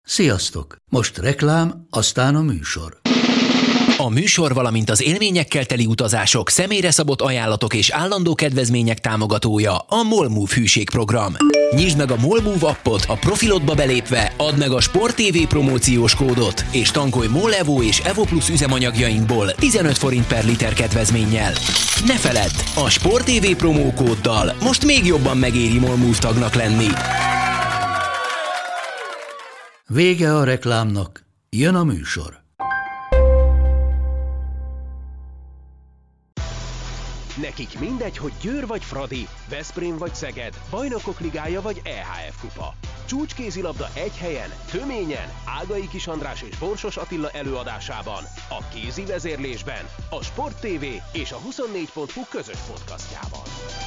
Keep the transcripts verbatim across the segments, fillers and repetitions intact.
Sziasztok! Most reklám, aztán a műsor. A műsor, valamint az élményekkel teli utazások, személyre szabott ajánlatok és állandó kedvezmények támogatója a MOLMOVE hűségprogram. Nyisd meg a MOLMOVE appot, a profilodba belépve add meg a Sport té vé promóciós kódot, és tankolj MOL Evo és Evo Plus üzemanyagjainkból tizenöt forint per liter kedvezménnyel. Ne feledd, a Sport té vé promókóddal most még jobban megéri MOLMOVE tagnak lenni. Vége a reklámnak, jön a műsor. Nekik mindegy, hogy Győr vagy Fradi, Veszprém vagy Szeged, Bajnokok Ligája vagy é há ef kupa. Csúcskézilabda egy helyen, töményen, Ágai Kis András és Borsos Attila előadásában, a kézi vezérlésben, a Sport té vé és a huszonnégy pont hu közös podcastjában.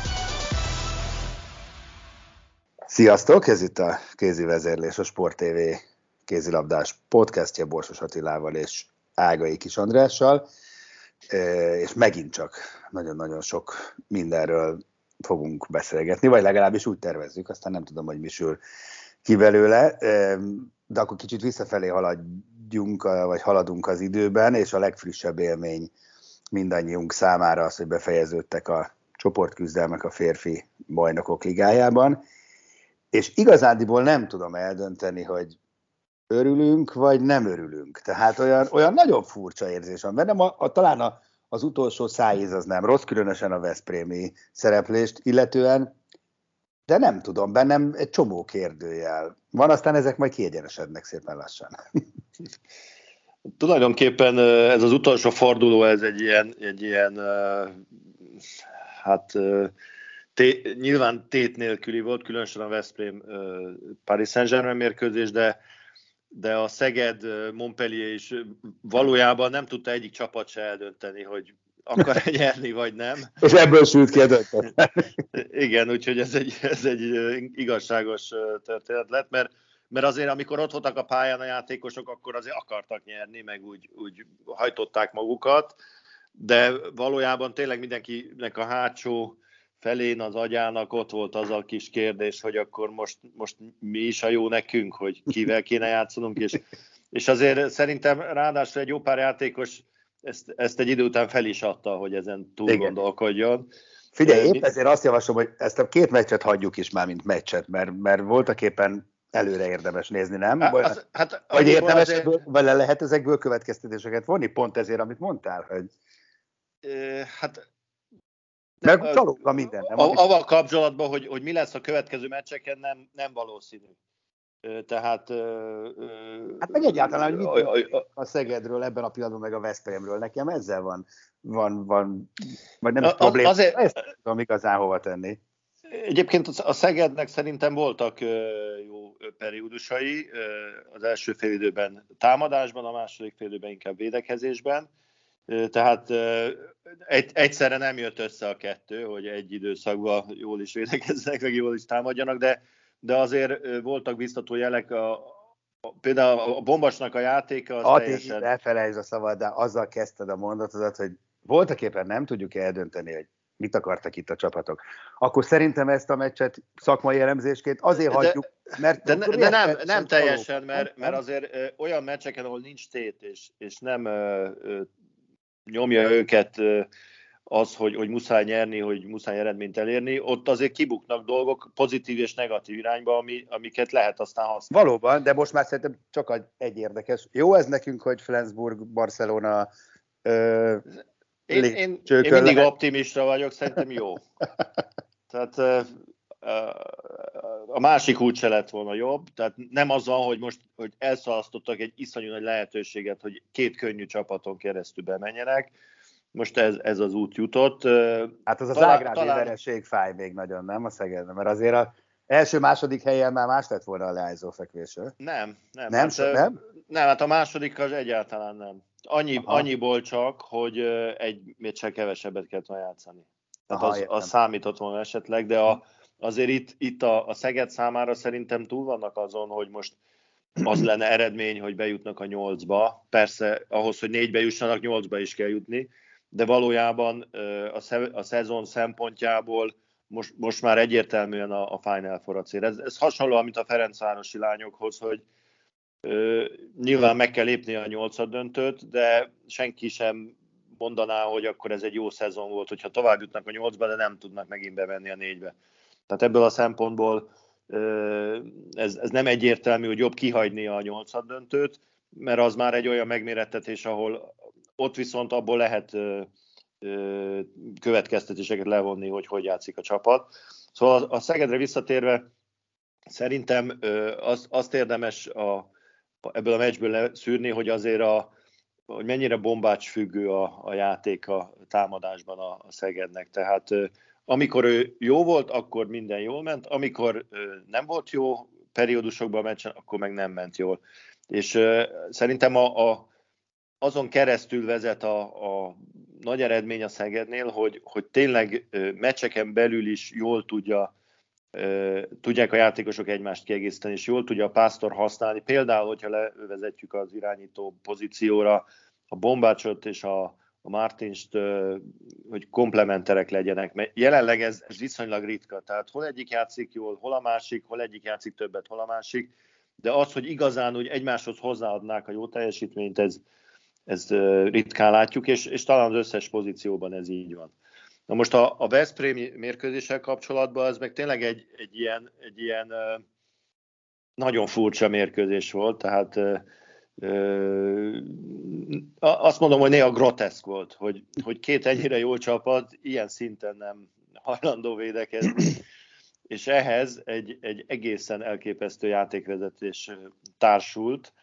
Sziasztok, ez itt a kézi vezérlés, a Sport té vé kézilabdás podcastja Borsos Attilával és Ágai Kis Andrással, és megint csak nagyon-nagyon sok mindenről fogunk beszélgetni, vagy legalábbis úgy tervezzük, aztán nem tudom, hogy mi sül ki belőle, de akkor kicsit visszafelé haladjunk, vagy haladunk az időben, és a legfrissebb élmény mindannyiunk számára az, hogy befejeződtek a csoportküzdelmek a férfi bajnokok ligájában, és igazándiból nem tudom eldönteni, hogy örülünk, vagy nem örülünk. Tehát olyan, olyan nagyon furcsa érzés van bennem, a, a, talán a, az utolsó szájíz az nem rossz, különösen a veszprémi szereplést illetően, de nem tudom, bennem egy csomó kérdőjel van, aztán ezek majd kiegyenesednek szépen lassan. Tulajdonképpen ez az utolsó forduló, ez egy ilyen, egy ilyen hát té, nyilván tét nélküli volt, különösen a Veszprém Paris Saint-Germain mérkőzés, de de a Szeged-Montpellier is valójában nem tudta egyik csapat se eldönteni, hogy akar-e nyerni, vagy nem. És ebből sült ki a döntet. Igen, úgyhogy ez egy, ez egy igazságos történet lett, mert, mert azért, amikor ott voltak a pályán a játékosok, akkor azért akartak nyerni, meg úgy, úgy hajtották magukat, de valójában tényleg mindenkinek a hátsó felén az agyának ott volt az a kis kérdés, hogy akkor most, most mi is a jó nekünk, hogy kivel kéne játszanunk, és, és azért szerintem ráadásul egy jó pár játékos ezt, ezt egy idő után fel is adta, hogy ezen túl Igen. gondolkodjon. Figyelj, épp ezért azt javaslom, hogy ezt a két meccset hagyjuk is már, mint meccset, mert, mert voltak éppen előre érdemes nézni, nem? Hát, az, hát, vagy érdemes, azért... ebből, vagy le lehet ezekből következtetéseket vonni, pont ezért, amit mondtál, hogy... Hát... Mert csalódva minden. Nem? Avval kapcsolatban, hogy, hogy mi lesz a következő meccseken, nem, nem valószínű. Tehát... Hát meg egyáltalán, hogy mit a, a Szegedről ebben a pillanatban, meg a Veszprémről. Nekem ezzel van, van, van vagy nem is probléma. Azért... Ezt nem tudom igazán hova tenni. Egyébként a Szegednek szerintem voltak jó periódusai. Az első félidőben támadásban, a második félidőben inkább védekezésben. Tehát egy, egyszerre nem jött össze a kettő, hogy egy időszakban jól is védekezzenek, meg jól is támadjanak, de, de azért voltak biztató jelek. A, a, például a Bombasnak a játéka az Ati, teljesen... elfelejtsd a szabad, de azzal kezdted a mondatodat, hogy voltaképpen nem tudjuk eldönteni, hogy mit akartak itt a csapatok. Akkor szerintem ezt a meccset szakmai elemzésként azért de, hagyjuk, mert... De, de, de nem, nem teljesen, mert, mert azért ö, olyan meccseken, ahol nincs tét, és, és nem ö, ö, nyomja őket ö, az, hogy, hogy muszáj nyerni, hogy muszáj eredményt elérni, ott azért kibuknak dolgok pozitív és negatív irányba, ami, amiket lehet aztán használni. Valóban, de most már szerintem csak egy érdekes. Jó ez nekünk, hogy Flensburg, Barcelona... Ö, Én, én, én mindig lehet. Optimista vagyok, szerintem jó. Tehát a másik út se lett volna jobb. Tehát nem az van, hogy most hogy elszalasztottak egy iszonyú nagy lehetőséget, hogy két könnyű csapaton keresztül bemenjenek. Most ez, ez az út jutott. Hát az az ágrádi talán... vereség fáj még nagyon, nem a Szegedben? Mert azért az első-második helyen már más lett volna a leányzó fekvésről. Nem, nem. Nem, hát, so, nem? Nem, hát a második az egyáltalán nem. Annyi, annyiból csak, hogy egy meccsel kevesebbet kellett volna játszani. Tehát Aha, az, az számított volna esetleg, de a, azért itt, itt a, a Szeged számára szerintem túl vannak azon, hogy most az lenne eredmény, hogy bejutnak a nyolcba. Persze ahhoz, hogy négybe jussanak, nyolcba is kell jutni, de valójában a szezon szempontjából most, most már egyértelműen a, a Final Four a cél. Ez, ez hasonló, mint a ferencvárosi lányokhoz, hogy Nyilván meg kell lépni a nyolcaddöntőt, de senki sem mondaná, hogy akkor ez egy jó szezon volt, hogyha tovább jutnak a nyolcba, de nem tudnak megint bevenni a négybe. Tehát ebből a szempontból ez, ez nem egyértelmű, hogy jobb kihagyni a nyolcaddöntőt, mert az már egy olyan megmérettetés, ahol ott viszont abból lehet következtetéseket levonni, hogy hogy játszik a csapat. Szóval a Szegedre visszatérve, szerintem az, azt érdemes a, ebből a meccsből leszűrni, hogy azért a, hogy mennyire bombács függő a, a játék a támadásban a, a Szegednek. Tehát amikor ő jó volt, akkor minden jól ment, amikor nem volt jó periódusokban a meccsen, akkor meg nem ment jól. És szerintem a, a, azon keresztül vezet a, a nagy eredmény a Szegednél, hogy, hogy tényleg meccseken belül is jól tudja, tudják a játékosok egymást kiegészíteni, és jól tudja a Pásztor használni. Például, hogyha levezetjük az irányító pozícióra a Bombácsot és a, a Martinst, hogy komplementerek legyenek. Mert jelenleg ez, ez viszonylag ritka. Tehát hol egyik játszik jól, hol a másik, hol egyik játszik többet, hol a másik. De az, hogy igazán úgy egymáshoz hozzáadnák a jó teljesítményt, ez, ez ritkán látjuk, és, és talán az összes pozícióban ez így van. Na most a, a Veszprém mérkőzéssel kapcsolatban ez meg tényleg egy, egy ilyen, egy ilyen uh, nagyon furcsa mérkőzés volt, tehát uh, uh, azt mondom, hogy néha groteszk volt, hogy, hogy két ennyire jó csapat ilyen szinten nem hajlandó védekezni, és ehhez egy, egy egészen elképesztő játékvezetés társult,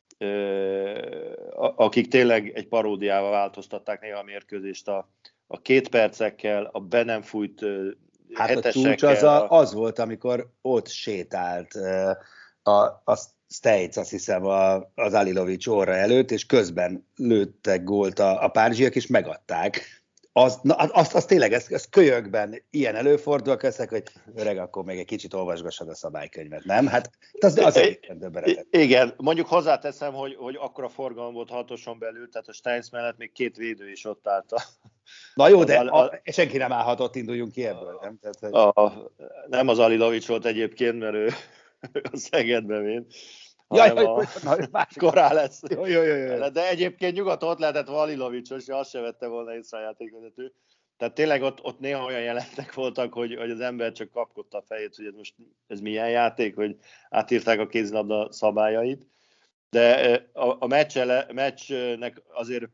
akik tényleg egy paródiával változtatták néha a mérkőzést a, a két percekkel, a be nem fújt hát hetesekkel. Hát a csúcs az, a, az volt, amikor ott sétált a, a Stejc, azt hiszem, a, az Alilovics orra előtt, és közben lőttek gólt a, a párizsiak, és megadták. Az, na, az, az tényleg, ez, ez kölyökben ilyen előfordul, köszek, hogy öreg, akkor még egy kicsit olvasgassad a szabálykönyvet, nem? Hát az, az egyébként döbbenetes. Igen, mondjuk hozzáteszem, hogy, hogy akkora forgalom volt hatoson belül, tehát a Steinz mellett még két védő is ott állt. A, Na jó, de a, a, senki nem állhatott, induljunk ki ebből, nem? Tehát, hogy... a, nem az Alilovics volt egyébként, mert ő a Szegedbe vént. Jaj, jaj, jaj, korán lesz. Jaj, jaj, jaj. De egyébként nyugodtan ott lehetett Valilovicsos, azt se vette volna észre a játékvezető. Tehát tényleg ott, ott néha olyan jelentek voltak, hogy, hogy az ember csak kapkodta a fejét, hogy ez most ez milyen játék, hogy átírták a kézilabda szabályait. De a, a meccsele, meccsnek azért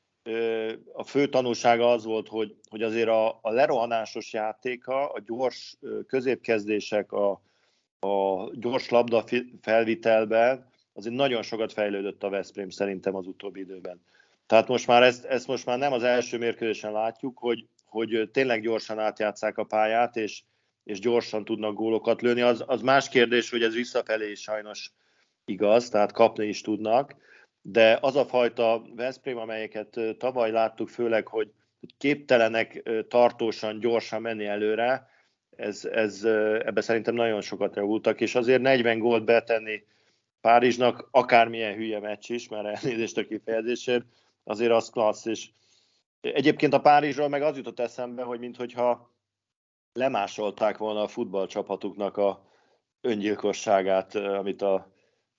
a fő tanulsága az volt, hogy, hogy azért a, a lerohanásos játéka, a gyors középkezdések, a a gyors labda felvitelben azért nagyon sokat fejlődött a Veszprém szerintem az utóbbi időben. Tehát most már ezt, ezt most már nem az első mérkőzésen látjuk, hogy, hogy tényleg gyorsan átjátsszák a pályát, és, és gyorsan tudnak gólokat lőni. Az, az más kérdés, hogy ez visszafelé is sajnos igaz, tehát kapni is tudnak, de az a fajta Veszprém, amelyeket tavaly láttuk főleg, hogy képtelenek tartósan, gyorsan menni előre, Ez, ez, ebbe szerintem nagyon sokat javultak, és azért negyven gólt betenni Párizsnak, akármilyen hülye meccs is, mert elnézést a kifejezésért, azért az klassz, és egyébként a Párizsról meg az jutott eszembe, hogy minthogyha lemásolták volna a futballcsapatuknak a öngyilkosságát, amit a,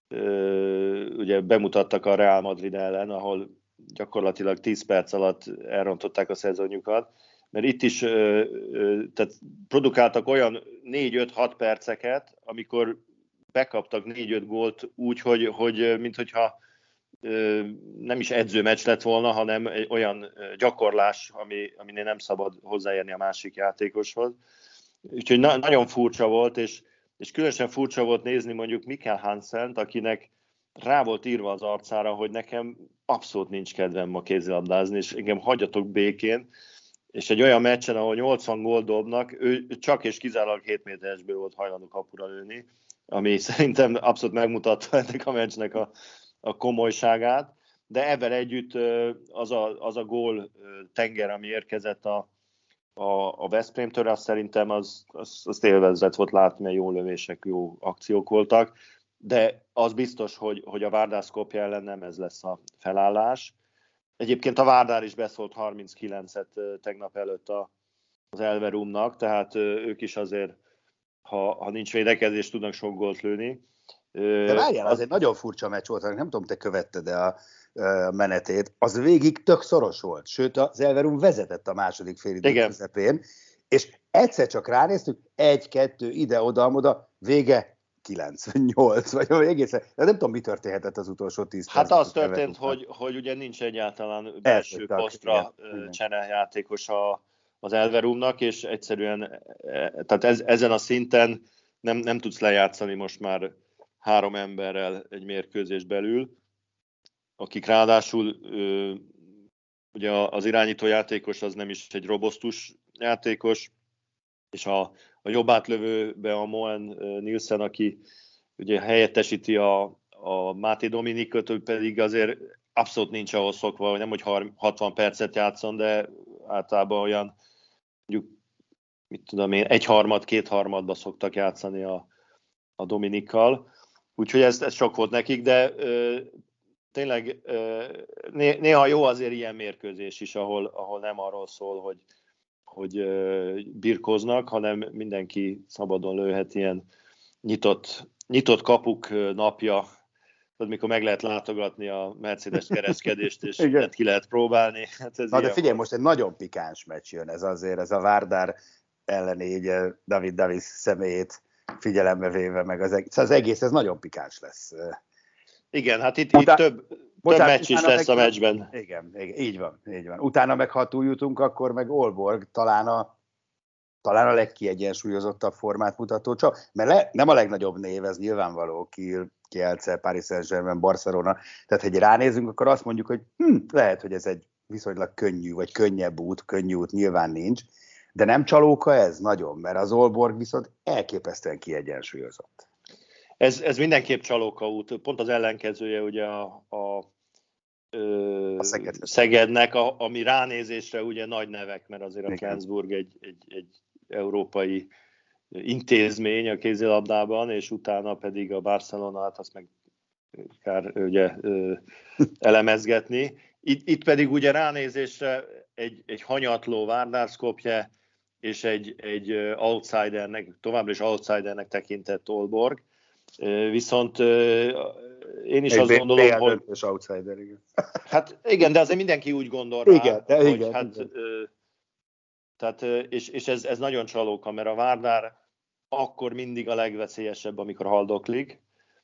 ugye bemutattak a Real Madrid ellen, ahol gyakorlatilag tíz perc alatt elrontották a szezonjukat. Mert itt is ö, ö, tehát produkáltak olyan négy-öt-hat perceket, amikor bekaptak négy-öt gólt úgy, hogy, hogy minthogyha ö, nem is edzőmeccs lett volna, hanem egy olyan gyakorlás, ami, aminél nem szabad hozzáérni a másik játékoshoz. Úgyhogy na, nagyon furcsa volt, és, és különösen furcsa volt nézni mondjuk Mikkel Hanselt, akinek rá volt írva az arcára, hogy nekem abszolút nincs kedvem ma kézilabdázni, és engem hagyjatok békén. És egy olyan meccsen, ahol nyolcvan gólt dobnak, ő csak és kizárólag hét méteresből volt hajlandó kapura lőni, ami szerintem abszolút megmutatta ennek a meccsnek a, a komolyságát, de ebben együtt az a, az a gól tenger, ami érkezett a, a, a Veszprémtől, azt szerintem az, az, az élvezet volt látni, mert jó lövések, jó akciók voltak, de az biztos, hogy, hogy a Vardar Skopje ellen nem ez lesz a felállás. Egyébként a Vardar is beszólt harminckilencet tegnap előtt az Elverumnak, tehát ők is azért, ha, ha nincs védekezés, tudnak sok gólt lőni. De várjál, az egy nagyon furcsa meccs volt, nem tudom, te követted a, a menetét, az végig tök szoros volt, sőt az Elverum vezetett a második félidő közepén, és egyszer csak ránéztük, egy-kettő, ide-oda-oda, vége kilencvennyolc, vagy egészen, de nem tudom, mi történhetett az utolsó tíz Hát az történt, hogy, hogy ugye nincs egyáltalán belső Eltöttek, posztra cserejátékos az Elverumnak, és egyszerűen tehát ez, ezen a szinten nem, nem tudsz lejátszani most már három emberrel egy mérkőzés belül, akik ráadásul ugye az irányító játékos az nem is egy robosztus játékos, és a, a jobb átlövőbe a Moen Nielsen, aki ugye helyettesíti a, a Máté Dominikot, ő pedig azért abszolút nincs ahhoz szokva, hogy nem, hogy hatvan percet játszon, de általában olyan, mondjuk, mit tudom én, egyharmad, kétharmadba szoktak játszani a, a Dominikkal. Úgyhogy ez, ez sok volt nekik, de ö, tényleg ö, né, néha jó azért ilyen mérkőzés is, ahol, ahol nem arról szól, hogy, hogy ö, birkóznak, hanem mindenki szabadon lőhet, ilyen nyitott, nyitott kapuk napja, mikor meg lehet látogatni a Mercedes kereskedést, és hát ki lehet próbálni. Hát ez Na de figyelj, volt. most egy nagyon pikáns meccs jön, ez azért, ez a Vardar elleni így David Davis személyét figyelembe véve, meg az egész, az egész, ez nagyon pikáns lesz. Igen, hát itt, Utá... itt több, Bocsánat, több meccs is lesz meg... a meccsben. Igen, igen, így van, így van. Utána meg, ha túljutunk, akkor meg Aalborg talán a, talán a legkiegyensúlyozottabb formát mutató, csak, mert le, nem a legnagyobb név, ez nyilvánvaló, Kiel, Kielce, Paris Saint-Germain, Barcelona, tehát ha ránézünk, akkor azt mondjuk, hogy hm, lehet, hogy ez egy viszonylag könnyű, vagy könnyebb út, könnyű út nyilván nincs, de nem csalóka ez nagyon, mert az Aalborg viszont elképesztően kiegyensúlyozott. Ez, ez mindenképp csalóka út, pont az ellenkezője ugye a, a, ö, a Szegednek, a, ami ránézésre ugye nagy nevek, mert azért a Flensburg egy, egy, egy európai intézmény a kézilabdában, és utána pedig a Barcelonát, azt meg kár ugye ö, elemezgetni. Itt, itt pedig ugye ránézésre egy, egy hanyatló Vardar Skopje, és egy, egy outsidernek, továbbra is outsidernek tekintett Aalborg. Viszont én is egy azt gondolom, hogy... outsider, igen. Hát igen, de azért mindenki úgy gondol rá, igen, de hogy igen, hát... igen. Tehát, és és ez, ez nagyon csalóka, mert a Vardar akkor mindig a legveszélyesebb, amikor haldoklik.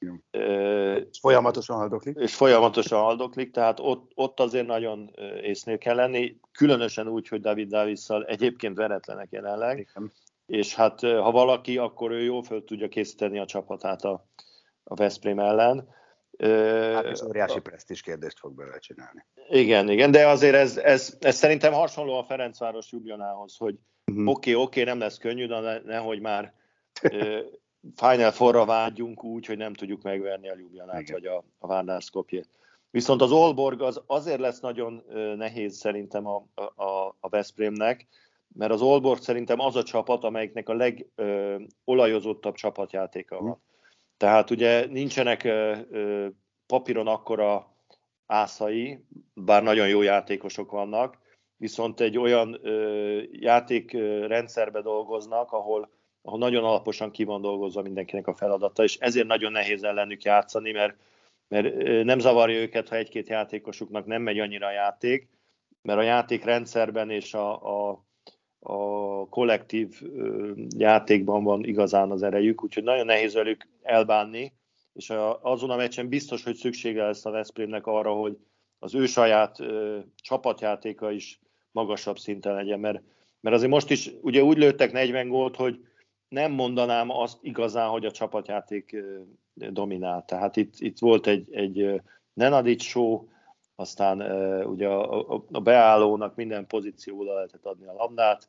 És folyamatosan haldoklik. És folyamatosan haldoklik, tehát ott, ott azért nagyon észnél kell lenni, különösen úgy, hogy David Davisszal egyébként veretlenek jelenleg. Igen. És hát ha valaki, akkor ő jól föl tudja készíteni a csapatát a, a Veszprém ellen. Hát és óriási presztízs kérdést fog belőle csinálni. Igen, igen, de azért ez, ez, ez szerintem hasonló a Ferencváros Ljubljanához, hogy uh-huh. oké, okay, oké, okay, nem lesz könnyű, de ne, nehogy már uh, Final Fourra vágyjunk úgy, hogy nem tudjuk megverni a Ljubljanát, igen. vagy a, a Vardar Skopjét. Viszont az Aalborg az azért lesz nagyon uh, nehéz szerintem a, a, a Veszprémnek, mert az Aalborg szerintem az a csapat, amelyiknek a legolajozottabb csapatjátéka van. Uh-huh. Tehát ugye nincsenek uh, uh, papíron akkora ászai, bár nagyon jó játékosok vannak, viszont egy olyan ö, játékrendszerbe dolgoznak, ahol, ahol nagyon alaposan ki van dolgozva mindenkinek a feladata, és ezért nagyon nehéz ellenük játszani, mert, mert nem zavarja őket, ha egy-két játékosuknak nem megy annyira a játék, mert a játékrendszerben és a, a, a kollektív ö, játékban van igazán az erejük, úgyhogy nagyon nehéz velük elbánni, és azon a meccsen biztos, hogy szüksége lesz a Veszprémnek arra, hogy az ő saját ö, csapatjátéka is magasabb szinten legyen, mert, mert azért most is ugye úgy lőttek negyven gólt, hogy nem mondanám azt igazán, hogy a csapatjáték ö, dominál. Tehát itt, itt volt egy, egy Nenadic show, aztán ö, ugye a, a, a beállónak minden pozícióra lehetett adni a labdát,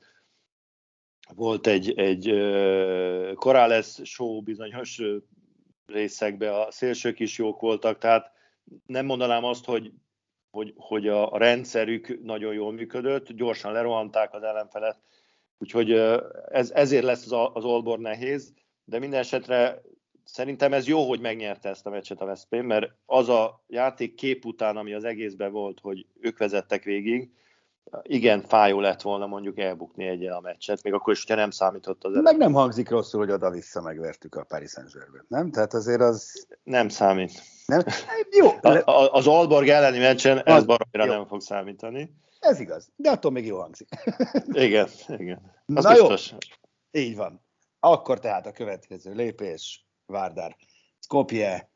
volt egy, egy ö, Corrales show bizonyos ö, részekben, a szélsők is jók voltak, tehát nem mondanám azt, hogy, hogy, hogy a, a rendszerük nagyon jól működött, gyorsan lerohanták az ellenfelet, úgyhogy ez, ezért lesz az, az Aalborg nehéz, de minden esetre szerintem ez jó, hogy megnyerte ezt a meccset a Veszprém, mert az a játék kép után, ami az egészben volt, hogy ők vezettek végig, igen, fájó lett volna mondjuk elbukni egyen a meccset, még akkor is, hogyha nem számított az Meg eredmény. nem hangzik rosszul, hogy oda-vissza megvertük a Paris Saint-Germain, nem? Tehát azért az... Nem számít. Nem? Jó. A, a, az Aalborg elleni meccsen ez Az, baromira jó. nem fog számítani. Ez igaz, de attól még jó hangzik. Igen, igen. Az Na biztos. Jó, így van. Akkor tehát a következő lépés, Vardar, Skopje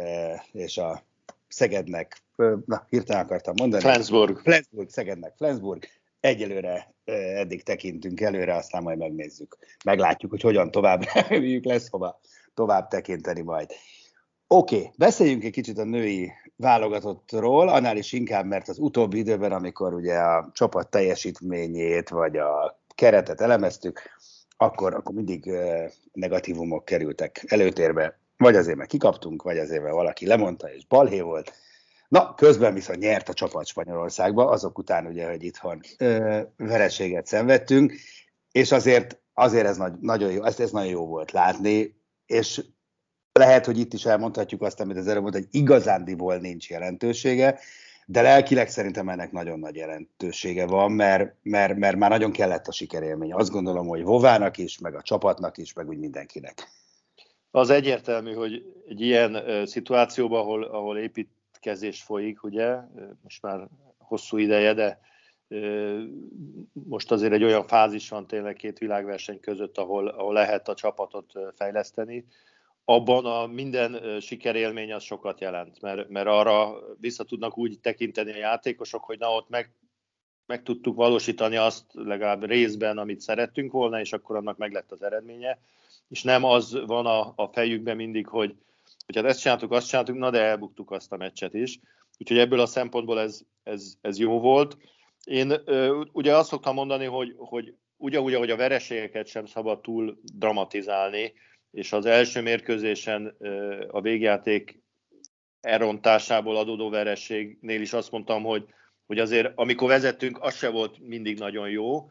és a Szegednek, na hirtelen akartam mondani. Flensburg. Flensburg, Szegednek, Flensburg. Egyelőre eddig tekintünk előre, aztán majd megnézzük. Meglátjuk, hogy hogyan tovább reméljük, lesz hova tovább tekinteni majd. Oké, okay, beszéljünk egy kicsit a női válogatottról, annál is inkább, mert az utóbbi időben, amikor ugye a csapat teljesítményét, vagy a keretet elemeztük, akkor, akkor mindig negatívumok kerültek előtérbe. Vagy azért, mert kikaptunk, vagy azért, mert valaki lemondta, és balhé volt. Na, közben viszont nyert a csapat Spanyolországba, azok után ugye, hogy itthon ö, vereséget szenvedtünk, és azért, azért ez, nagy, nagyon jó, ez, ez nagyon jó volt látni, és lehet, hogy itt is elmondhatjuk azt, amit az előbb mondta, hogy igazándiból nincs jelentősége, de lelkileg szerintem ennek nagyon nagy jelentősége van, mert, mert, mert már nagyon kellett a sikerélmény. Azt gondolom, hogy Vovának is, meg a csapatnak is, meg úgy mindenkinek. Az egyértelmű, hogy egy ilyen uh, szituációban, ahol, ahol építkezés folyik, ugye, most már hosszú ideje, de uh, most azért egy olyan fázis van tényleg két világverseny között, ahol, ahol lehet a csapatot fejleszteni. Abban a minden sikerélmény az sokat jelent, mert, mert arra vissza tudnak úgy tekinteni a játékosok, hogy na ott meg, meg tudtuk valósítani azt legalább részben, amit szerettünk volna, és akkor annak meg lett az eredménye. És nem az van a, a fejükben mindig, hogy, hogy hát ezt csináltuk, azt csináltuk, na de elbuktuk azt a meccset is. Úgyhogy ebből a szempontból ez, ez, ez jó volt. Én ugye azt szoktam mondani, hogy, hogy ugyanúgy, ahogy a vereségeket sem szabad túl dramatizálni, és az első mérkőzésen a végjáték elrontásából adódó vereségnél is azt mondtam, hogy, hogy azért amikor vezettünk, az se volt mindig nagyon jó,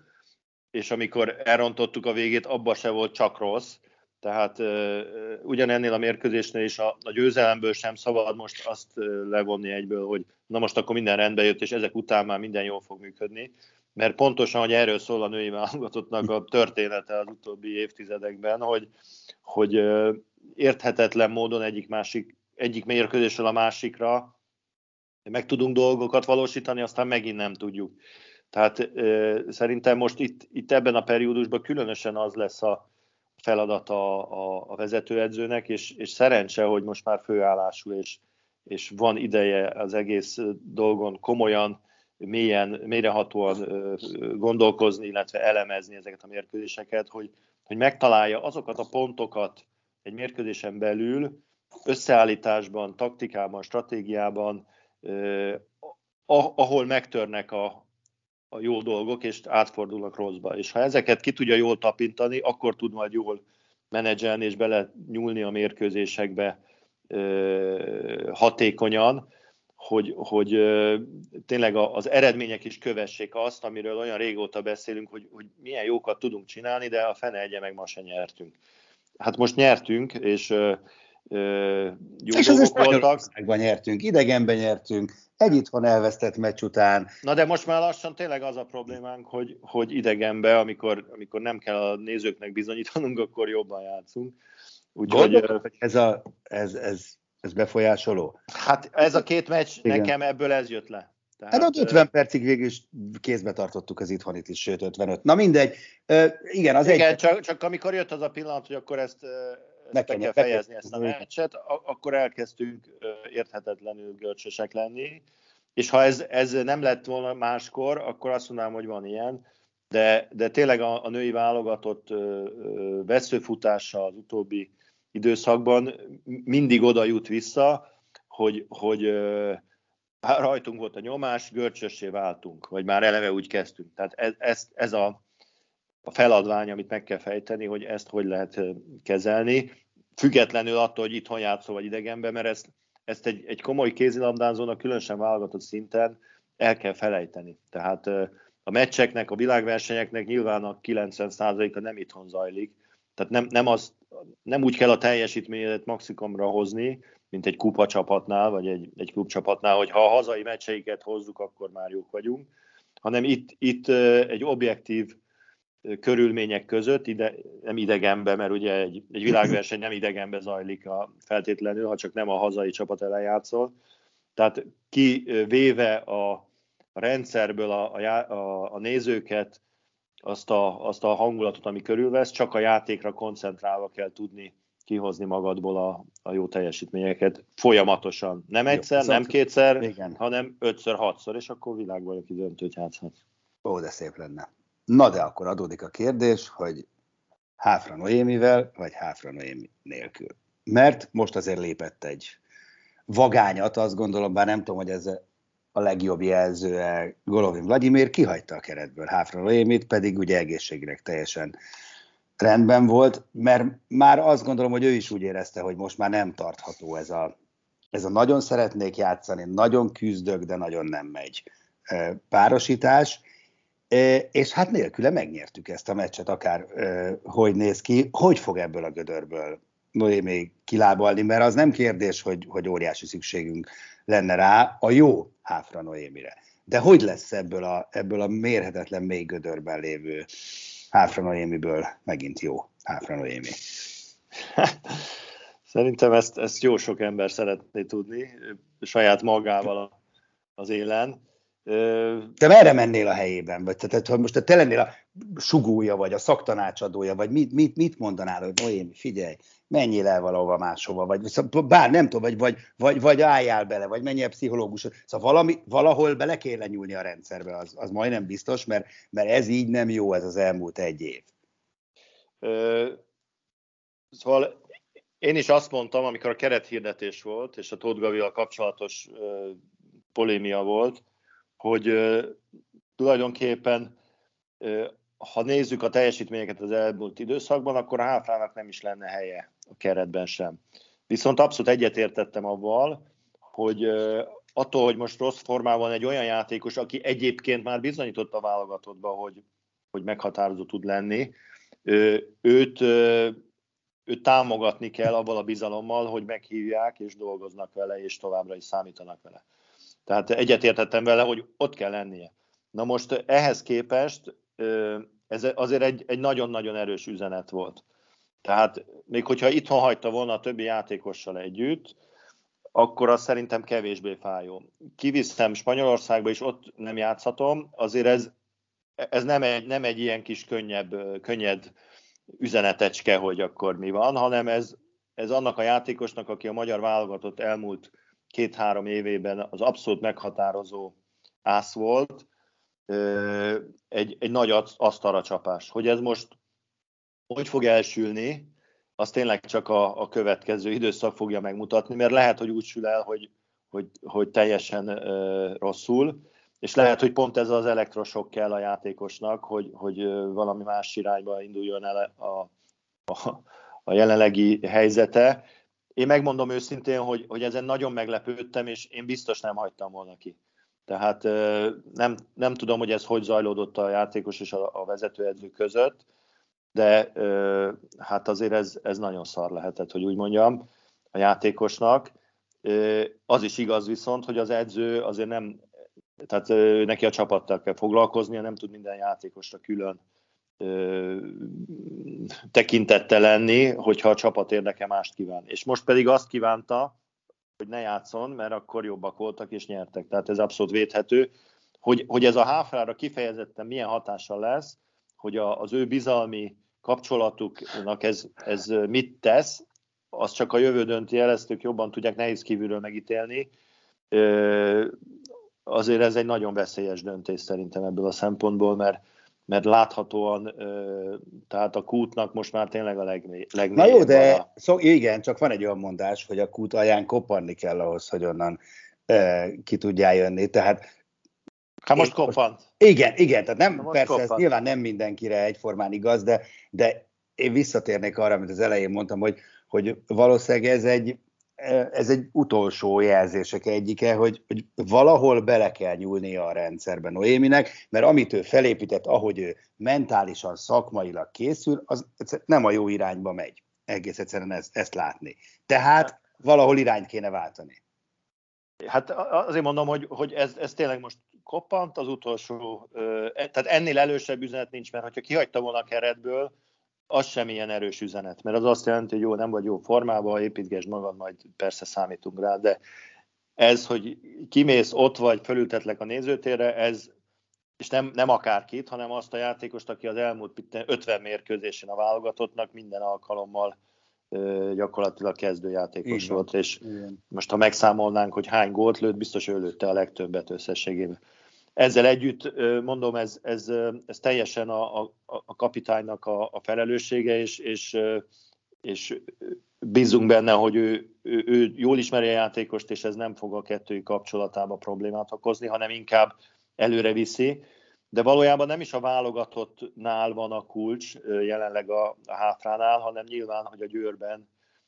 és amikor elrontottuk a végét, abba se volt csak rossz. Tehát ugyanennél a mérkőzésnél is a, a győzelemből sem szabad most azt levonni egyből, hogy na most akkor minden rendbe jött, és ezek után már minden jól fog működni. Mert pontosan, hogy erről szól a női válogatottnak a története az utóbbi évtizedekben, hogy, hogy érthetetlen módon egyik, másik, egyik mérkőzésről a másikra meg tudunk dolgokat valósítani, aztán megint nem tudjuk. Tehát szerintem most itt, itt ebben a periódusban különösen az lesz a feladata a, a vezetőedzőnek, és, és szerencse, hogy most már főállású, és, és van ideje az egész dolgon komolyan, mélyen, mélyrehatóan gondolkozni, illetve elemezni ezeket a mérkőzéseket, hogy, hogy megtalálja azokat a pontokat egy mérkőzésen belül, összeállításban, taktikában, stratégiában, eh, ahol megtörnek a, a jó dolgok, és átfordulnak rosszba. És ha ezeket ki tudja jól tapintani, akkor tud majd jól menedzselni, és bele nyúlni a mérkőzésekbe eh, hatékonyan, hogy, hogy tényleg az eredmények is kövessék azt, amiről olyan régóta beszélünk, hogy, hogy milyen jókat tudunk csinálni, de a fene egye meg ma se nyertünk. Hát most nyertünk, és ö, ö, jó és dolgok voltak. nyertünk, idegenben nyertünk, egy itthon elvesztett meccs után. Na de most már lassan tényleg az a problémánk, hogy, hogy idegenben, amikor, amikor nem kell a nézőknek bizonyítanunk, akkor jobban játszunk. Úgyhogy hogy ez, a, ez, ez Ez befolyásoló? Hát ez a két meccs, igen, nekem ebből ez jött le. Tehát, hát ott ötven percig végül is kézbe tartottuk az itthonit is, sőt ötvenöt. Na mindegy. Uh, igen, az igen egy... csak, csak amikor jött az a pillanat, hogy akkor ezt, ezt be kell fejezni, ezt a meccset, akkor elkezdtünk érthetetlenül görcsösek lenni. És ha ez, ez nem lett volna máskor, akkor azt mondanám, hogy van ilyen. De, de tényleg a, a női válogatott veszőfutása az utóbbi időszakban mindig oda jut vissza, hogy, hogy rajtunk volt a nyomás, görcsössé váltunk, vagy már eleve úgy kezdtünk. Tehát ez, ez, ez a, a feladvány, amit meg kell fejteni, hogy ezt hogy lehet kezelni, függetlenül attól, hogy itthon játszol vagy idegenben, mert ezt, ezt egy, egy komoly kézilabdázónak, különösen válogatott szinten el kell felejteni. Tehát a meccseknek, a világversenyeknek nyilván a kilencven százaléka nem itthon zajlik, tehát nem, nem, az, nem úgy kell a teljesítményet maxikumra hozni, mint egy kupacsapatnál, vagy egy, egy klubcsapatnál, hogy ha a hazai meccseiket hozzuk, akkor már jók vagyunk, hanem itt, itt egy objektív körülmények között, ide, nem idegenben, mert ugye egy, egy világverseny nem idegenben zajlik a, feltétlenül, ha csak nem a hazai csapat ellen játszol. Tehát kivéve a, a rendszerből a, a, a nézőket, azt a, azt a hangulatot, ami körülvesz, csak a játékra koncentrálva kell tudni kihozni magadból a, a jó teljesítményeket folyamatosan. Nem egyszer, jó, nem kétszer, igen, hanem ötször, hatszor, és akkor világbajnoki döntőt játszhatsz. Ó, de szép lenne. Na de akkor adódik a kérdés, hogy Háfra Noémivel, vagy Háfra Noémi nélkül. Mert most azért lépett egy vagányat, azt gondolom, bár nem tudom, hogy ez a legjobb jelzője, Golovin Vladimir kihagyta a keretből Háfra Noémit, pedig ugye egészségileg teljesen rendben volt, mert már azt gondolom, hogy ő is úgy érezte, hogy most már nem tartható ez a, ez a nagyon szeretnék játszani, nagyon küzdök, de nagyon nem megy párosítás, és hát nélküle megnyertük ezt a meccset, akár hogy néz ki, hogy fog ebből a gödörből Noémi kilábalni, mert az nem kérdés, hogy, hogy óriási szükségünk lenne rá a jó Háfra Noémire. De hogy lesz ebből a, ebből a mérhetetlen mély gödörben lévő Háfra Noémiből megint jó Háfra Noémi? Szerintem ezt, ezt jó sok ember szeretné tudni, saját magával az élen. Te merre mennél a helyében? Vagy tehát, ha most te lennél a sugója, vagy a szaktanácsadója, vagy mit, mit, mit mondanál, hogy Noémi, figyelj, menjél el valahova máshova, vagy bár nem tudom, vagy, vagy, vagy, vagy álljál bele, vagy menjél pszichológus. Szóval valami, valahol bele kéne nyúlni a rendszerbe, az, az majdnem biztos, mert, mert ez így nem jó, ez az elmúlt egy év. Ö, szóval én is azt mondtam, amikor a kerethirdetés volt, és a Tóth Gavival kapcsolatos ö, polémia volt, hogy ö, tulajdonképpen ö, ha nézzük a teljesítményeket az elmúlt időszakban, akkor a Háfrának nem is lenne helye a keretben sem. Viszont abszolút egyetértettem avval, hogy ö, attól, hogy most rossz formában egy olyan játékos, aki egyébként már bizonyított a válogatottba, hogy, hogy meghatározó tud lenni, ö, őt, ö, őt támogatni kell avval a bizalommal, hogy meghívják és dolgoznak vele, és továbbra is számítanak vele. Tehát egyetértettem vele, hogy ott kell lennie. Na most ehhez képest ez azért egy, egy nagyon-nagyon erős üzenet volt. Tehát még hogyha itthon hagyta volna a többi játékossal együtt, akkor az szerintem kevésbé fájó. Kiviszem Spanyolországba, és ott nem játszhatom, azért ez, ez nem, egy, nem egy ilyen kis könnyebb, könnyed üzenetecske, hogy akkor mi van, hanem ez, ez annak a játékosnak, aki a magyar válogatott elmúlt két-három évében az abszolút meghatározó ász volt, egy, egy nagy asztalra csapás. Hogy ez most hogy fog elsülni, az tényleg csak a, a következő időszak fogja megmutatni, mert lehet, hogy úgy sül el, hogy, hogy, hogy teljesen uh, rosszul, és lehet, hogy pont ez az elektrosok kell a játékosnak, hogy, hogy uh, valami más irányba induljon el a, a, a jelenlegi helyzete. Én megmondom őszintén, hogy, hogy ezen nagyon meglepődtem, és én biztos nem hagytam volna ki. Tehát nem, nem tudom, hogy ez hogy zajlódott a játékos és a, a vezetőedző között, de hát azért ez, ez nagyon szar lehetett, hogy úgy mondjam, a játékosnak. Az is igaz viszont, hogy az edző azért nem, tehát neki a csapattal kell foglalkoznia, nem tud minden játékosra külön tekintettel lenni, hogyha a csapat érdeke mást kíván. És most pedig azt kívánta, hogy ne játszon, mert akkor jobbak voltak és nyertek. Tehát ez abszolút védhető. Hogy, hogy ez a Háfrára kifejezetten milyen hatással lesz, hogy a, az ő bizalmi kapcsolatuknak ez, ez mit tesz, az csak a jövő dönti el, ezt ők jobban tudják nehéz kívülről megítélni. Azért ez egy nagyon veszélyes döntés szerintem ebből a szempontból, mert mert láthatóan, tehát a kútnak most már tényleg a legmélyebb. Na jó, de a... szó, igen, csak van egy olyan mondás, hogy a kút alján koppanni kell ahhoz, hogy onnan e, ki tudjál jönni. Tehát, hát most koppant. Most, igen, igen, tehát nem, persze koppant. Ez nyilván nem mindenkire egyformán igaz, de, de én visszatérnék arra, amit az elején mondtam, hogy, hogy valószínűleg ez egy, ez egy utolsó jelzések egyike, hogy, hogy valahol bele kell nyúlnia a rendszerben Noéminek, mert amit ő felépített, ahogy ő mentálisan, szakmailag készül, az nem a jó irányba megy. Egész egyszerűen ezt, ezt látni. Tehát valahol irányt kéne váltani. Hát azért mondom, hogy, hogy ez, ez tényleg most koppant, az utolsó, tehát ennél elősebb üzenet nincs, mert ha kihagyta volna a keretből, az sem ilyen erős üzenet, mert az azt jelenti, hogy jó, nem vagy jó formában, építgesd magad, majd persze számítunk rá, de ez, hogy kimész ott vagy, fölültetlek a nézőtérre, ez, és nem, nem akárkit, hanem azt a játékost, aki az elmúlt ötven mérkőzésen a válogatottnak minden alkalommal gyakorlatilag kezdőjátékos volt, és igen. Most ha megszámolnánk, hogy hány gólt lőtt, biztos ő lőtte a legtöbbet összességében. Ezzel együtt mondom, ez, ez, ez teljesen a, a, a kapitánynak a, a felelőssége, és, és, és bízunk benne, hogy ő, ő, ő jól ismeri a játékost, és ez nem fog a kettői kapcsolatába problémát okozni, hanem inkább előre viszi. De valójában nem is a válogatottnál van a kulcs jelenleg a, a hátránál, hanem nyilván, hogy a Győrben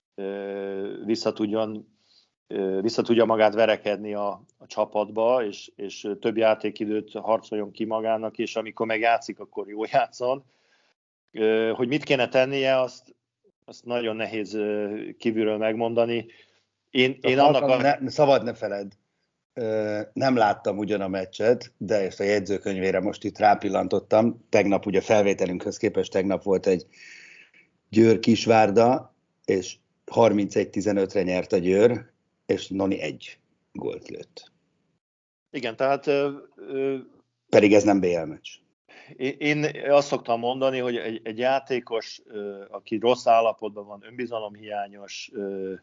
vissza tudjon vissza tudja magát verekedni a, a csapatba, és, és több játékidőt harcoljon ki magának, és amikor meg játszik, akkor jól játszon. Hogy mit kéne tennie, azt, azt nagyon nehéz kívülről megmondani. Én, én annak a... ne, szabad ne feled, nem láttam ugyan a meccset, de ezt a jegyzőkönyvére most itt rápillantottam. Tegnap ugye felvételünkhöz képest tegnap volt egy Győr-Kisvárda, és harmincegy tizenötre nyert a Győr, és Noni egy gólt lőtt. Igen, tehát... Ö, ö, pedig ez nem bé el meccs. Én, én azt szoktam mondani, hogy egy, egy játékos, ö, aki rossz állapotban van, önbizalomhiányos, ö,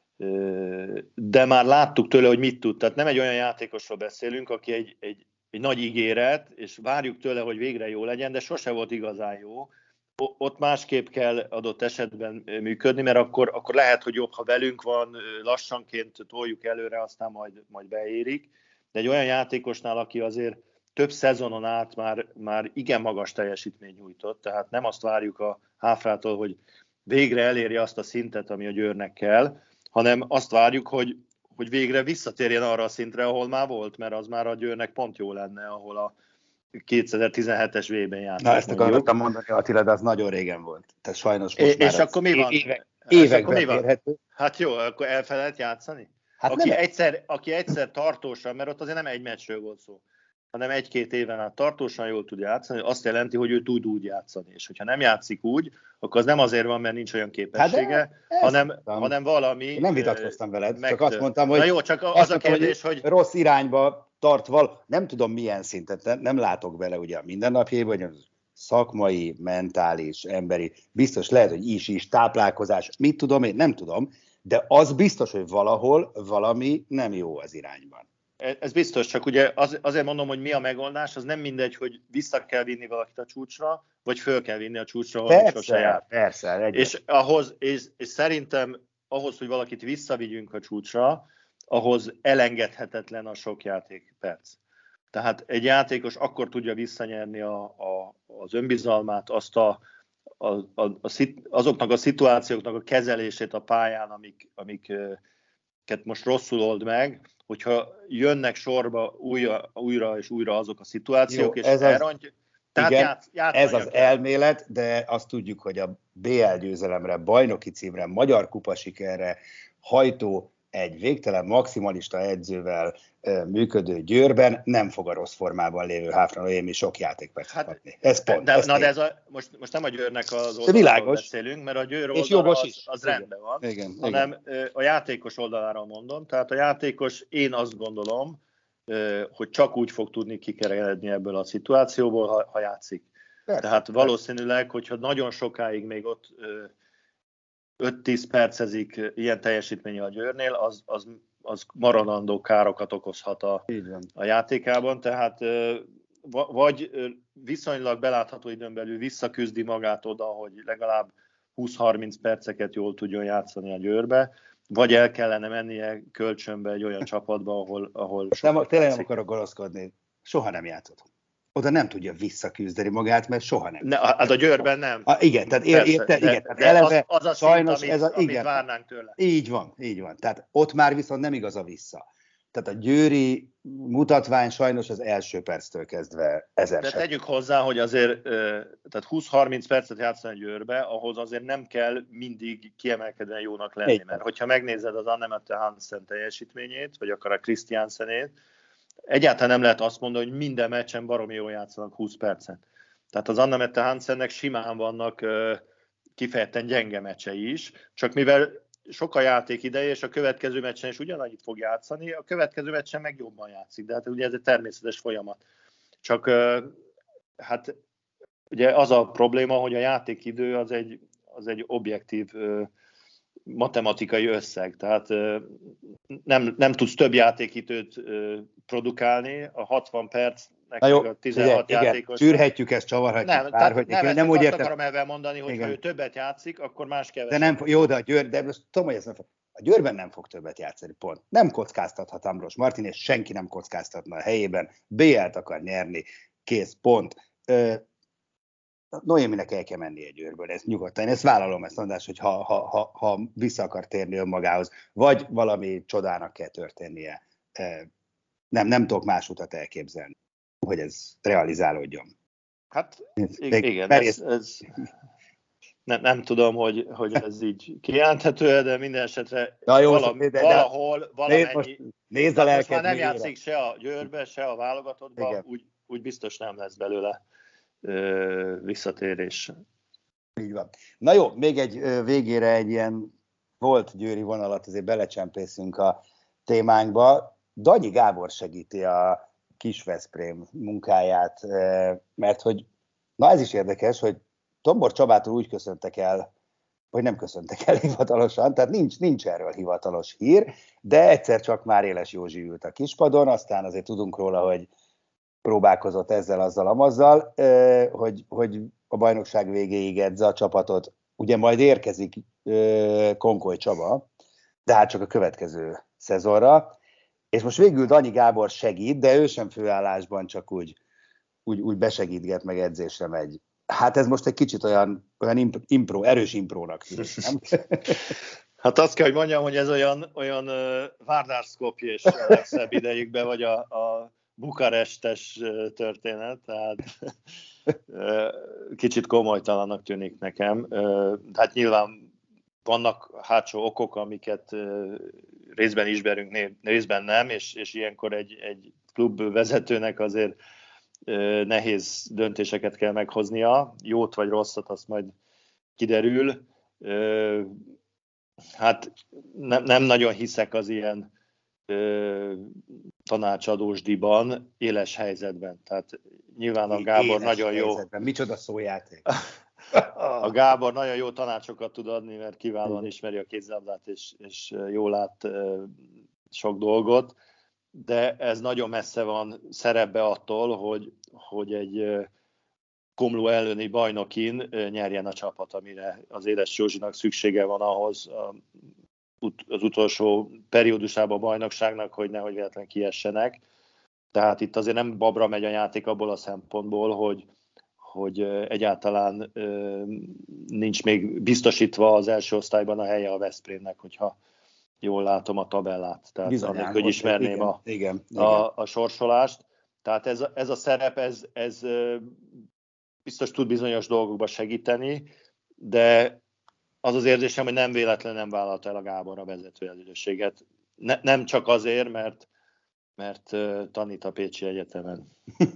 ö, de már láttuk tőle, hogy mit tud. Tehát nem egy olyan játékosról beszélünk, aki egy, egy, egy nagy ígéret, és várjuk tőle, hogy végre jó legyen, de sose volt igazán jó. Ott másképp kell adott esetben működni, mert akkor, akkor lehet, hogy jobb, ha velünk van, lassanként toljuk előre, aztán majd, majd beérik. De egy olyan játékosnál, aki azért több szezonon át már, már igen magas teljesítmény nyújtott, tehát nem azt várjuk a Háfrától, hogy végre eléri azt a szintet, ami a Győrnek kell, hanem azt várjuk, hogy, hogy végre visszatérjen arra a szintre, ahol már volt, mert az már a Győrnek pont jó lenne, ahol a kétezer-tizenhetes vében járt. Na, ezt akartam mondani, Attila, de az nagyon régen volt. Tehát sajnos most é, már és akkor mi van? Évek, években akkor érhető. Hát jó, akkor el lehet játszani? Hát aki, nem egyszer, aki egyszer tartósan, mert ott azért nem egy meccsről volt szó, hanem egy-két éven át tartósan jól tud játszani, azt jelenti, hogy ő tud úgy játszani. És hogyha nem játszik úgy, akkor az nem azért van, mert nincs olyan képessége, hát hanem, hanem valami... Én nem vitatkoztam veled, megtör. Csak azt mondtam, hogy... Na jó, csak az a kérdés, hogy... hogy... Rossz irányba tart val, nem tudom milyen szintet, nem, nem látok bele ugye a mindennapjében, hogy szakmai, mentális, emberi, biztos lehet, hogy is-is, táplálkozás, mit tudom én, nem tudom, de az biztos, hogy valahol valami nem jó az irányban. Ez biztos, csak ugye az, azért mondom, hogy mi a megoldás, az nem mindegy, hogy vissza kell vinni valakit a csúcsra, vagy föl kell vinni a csúcsra, ahol persze, sose jár. Persze, és, ahhoz, és, és szerintem ahhoz, hogy valakit visszavigyünk a csúcsra, ahhoz elengedhetetlen a sok játékperc. Tehát egy játékos akkor tudja visszanyerni a, a, az önbizalmát, azt a, a, a, a, azoknak a szituációknak a kezelését a pályán, amik, amiket most rosszul old meg, hogyha jönnek sorba újra, újra és újra azok a szituációk, jó, és ez elrontja. Tehát igen, játsz, ez az kell. Elmélet, de azt tudjuk, hogy a bé el győzelemre, bajnoki címre, magyar kupa sikerre hajtó egy végtelen maximalista edzővel e, működő Győrben nem fog a rossz formában lévő Háfra Noémi sok játékpercet hát, kapni. Ez pont. De, ez na, de ez a, most, most nem a Győrnek az oldaláról beszélünk, mert a Győr oldalra az, az rendben van, igen, hanem igen. a játékos oldaláról mondom. Tehát a játékos, én azt gondolom, hogy csak úgy fog tudni kikerekedni ebből a szituációból, ha, ha játszik. Persze, Tehát valószínűleg, hogyha nagyon sokáig még ott öt-tíz percezik ilyen teljesítménye a Győrnél, az, az, az maradandó károkat okozhat a, a játékában, tehát vagy viszonylag belátható időn belül visszaküzdi magát oda, hogy legalább húsz-harminc perceket jól tudjon játszani a Győrbe, vagy el kellene mennie kölcsönbe egy olyan csapatba, ahol... ahol nem, tényleg nem akarok gonoszkodni, soha nem játszott. Oda nem tudja visszaküzdeni magát, mert soha nem. Ne, hát a Győrben nem. A, igen, tehát ér, érte, igen, tehát eleve, az, az a sajnos szint, amit, ez a, igen, amit várnánk tőle. Így van, így van. Tehát ott már viszont nem igaz a vissza. Tehát a győri mutatvány sajnos az első perctől kezdve ezer De tegyük hozzá, hogy azért tehát húsz-harminc percet játszani a Győrbe, ahhoz azért nem kell mindig kiemelkedően jónak lenni. Mert hogyha megnézed az Annemette Hansen teljesítményét, vagy akár a Christiansenét, egyáltalán nem lehet azt mondani, hogy minden meccsen baromi jól játszanak húsz percen. Tehát az Anna Mette Hansennek simán vannak kifejezetten gyenge meccsei is, csak mivel sok a játék ideje, és a következő meccsen is ugyanannyit fog játszani, a következő meccsen meg jobban játszik, de hát ugye ez egy természetes folyamat. Csak hát ugye az a probléma, hogy a játékidő az egy, az egy objektív matematikai összeg, tehát nem, nem tudsz több játékidőt produkálni, a hatvan percnek jó, a tizenhat igen, játékos. Igen, csűrhetjük ezt, csavarhatjuk nem, pár, hogy nem, nem, nem úgy azt értem. akarom ebben mondani, hogy igen. ha ő többet játszik, akkor más kevesebb. De nem, jó, de a Győr, de most tudom, hogy ez nem fog. A Győrben nem fog többet játszani, pont. Nem kockáztathat Ambros Martin, és senki nem kockáztatna a helyében. bé el-t akar nyerni, kész, pont. Ö, Noéminek el kell menni egy Győrből, ezt nyugodtan. Én ezt vállalom, ezt mondás, hogy ha, ha, ha, ha vissza akar térni önmagához, vagy valami csodának kell történnie. Nem, nem tudok más utat elképzelni, hogy ez realizálódjon. Hát igen, ez, ez, nem, nem tudom, hogy, hogy ez így kijelenthető, de minden esetre Na jó, valam, de, de, valahol valamennyi... Most nézd a lelked, most már nem végére. játszik se a Győrbe, se a válogatottban, úgy, úgy biztos nem lesz belőle ö, visszatérés. Így van. Na jó, még egy ö, végére egy ilyen volt győri vonalat azért belecsempészünk a témánkba. Danyi Gábor segíti a Kis Veszprém munkáját, mert hogy, na ez is érdekes, hogy Tombor Csabától úgy köszöntek el, hogy nem köszöntek el hivatalosan, tehát nincs, nincs erről hivatalos hír, de egyszer csak már Éles Józsi ült a kispadon, aztán azért tudunk róla, hogy próbálkozott ezzel, azzal, amazzal, hogy, hogy a bajnokság végéig edze a csapatot. Ugye majd érkezik Konkoly Csaba, de hát csak a következő szezonra, és most végül Danyi Gábor segít, de ő sem főállásban, csak úgy, úgy, úgy besegítget, meg edzésre megy. Hát ez most egy kicsit olyan, olyan impro, erős imprónak tűnik, nem? Hát azt kell, hogy mondjam, hogy ez olyan, olyan uh, Vardar Skopje és a legszebb idejükben, vagy a, a bukarestes történet, tehát uh, kicsit komolytalannak tűnik nekem. Uh, hát nyilván vannak hátsó okok, amiket uh, részben ismerünk, részben nem, és, és ilyenkor egy, egy klub vezetőnek azért uh, nehéz döntéseket kell meghoznia. Jót vagy rosszat, azt majd kiderül. Uh, hát ne, nem nagyon hiszek az ilyen uh, tanácsadósdiban, éles helyzetben. Tehát nyilván a Gábor éles nagyon helyzetben. Jó... Micsoda szójáték! A Gábor nagyon jó tanácsokat tud adni, mert kiválóan ismeri a kézilabdát, és, és jól lát uh, sok dolgot, de ez nagyon messze van szerepbe attól, hogy, hogy egy uh, Komló elleni bajnokin uh, nyerjen a csapat, amire az Éles Józsinak szüksége van ahhoz a, az utolsó periódusában a bajnokságnak, hogy nehogy véletlenül kiessenek. Tehát itt azért nem babra megy a játék abból a szempontból, hogy hogy egyáltalán nincs még biztosítva az első osztályban a helye a Veszprémnek, hogyha jól látom a tabellát. Tehát Bizonyán, annak, hogy ismerném igen, a, igen, igen. A, a sorsolást. Tehát ez, ez a szerep, ez, ez biztos tud bizonyos dolgokba segíteni, de az az érzésem, hogy nem véletlenül nem vállalta el a Gábor a vezetőedzőséget. Ne, nem csak azért, mert mert uh, tanít a Pécsi Egyetemen.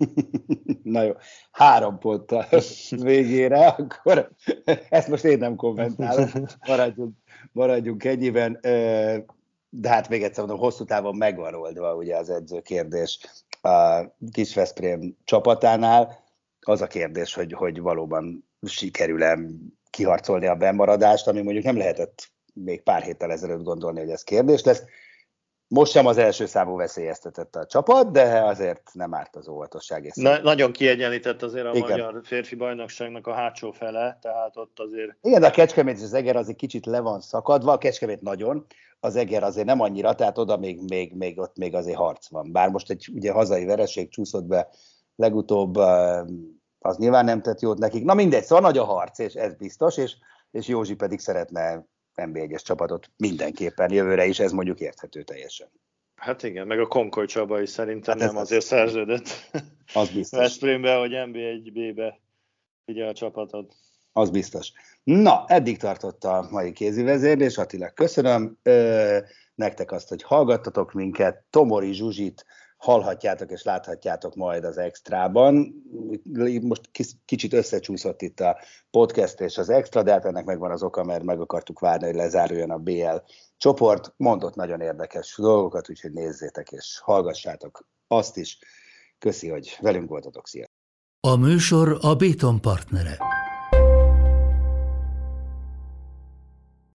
Na jó, három ponttal végére, akkor ezt most én nem kommentálom, maradjunk, maradjunk ennyiben, de hát még egyszer mondom, hosszú távon megvan oldva ugye az edzőkérdés a Kis Veszprém csapatánál. Az a kérdés, hogy, hogy valóban sikerül-e kiharcolni a bennmaradást, ami mondjuk nem lehetett még pár héttel ezelőtt gondolni, hogy ez kérdés lesz. Most sem az első számú veszélyeztetett a csapat, de azért nem árt az óvatosság. Na, nagyon kiegyenlített azért a igen. magyar férfi bajnokságnak a hátsó fele, tehát ott azért... Igen, de a Kecskemét és az Eger azért kicsit le van szakadva, a Kecskemét nagyon, az Eger azért nem annyira, tehát oda még, még, még ott még azért harc van. Bár most egy ugye hazai vereség csúszott be legutóbb, az nyilván nem tett jót nekik. Na mindegy, szóval nagy a harc, és ez biztos, és, és Józsi pedig szeretne en bé egyes csapatot mindenképpen jövőre is, ez mondjuk érthető teljesen. Hát igen, meg a Konkoly Csaba is szerintem hát nem az azért szerződött. Az biztos. Veszprémbe, hogy en bé egy bé-be vigye a csapatot. Az biztos. Na, eddig tartott a mai kézi vezérlés. Attila, köszönöm ö, nektek azt, hogy hallgattatok minket. Tomori Zsuzsit hallhatjátok és láthatjátok majd az extrában. Most kicsit összecsúszott itt a podcast és az extra, de hát ennek megvan az oka, mert meg akartuk várni, hogy lezáruljon a bé el csoport. Mondott nagyon érdekes dolgokat, úgyhogy nézzétek és hallgassátok azt is. Köszi, hogy velünk voltatok. Szia! A műsor a Béton partnere.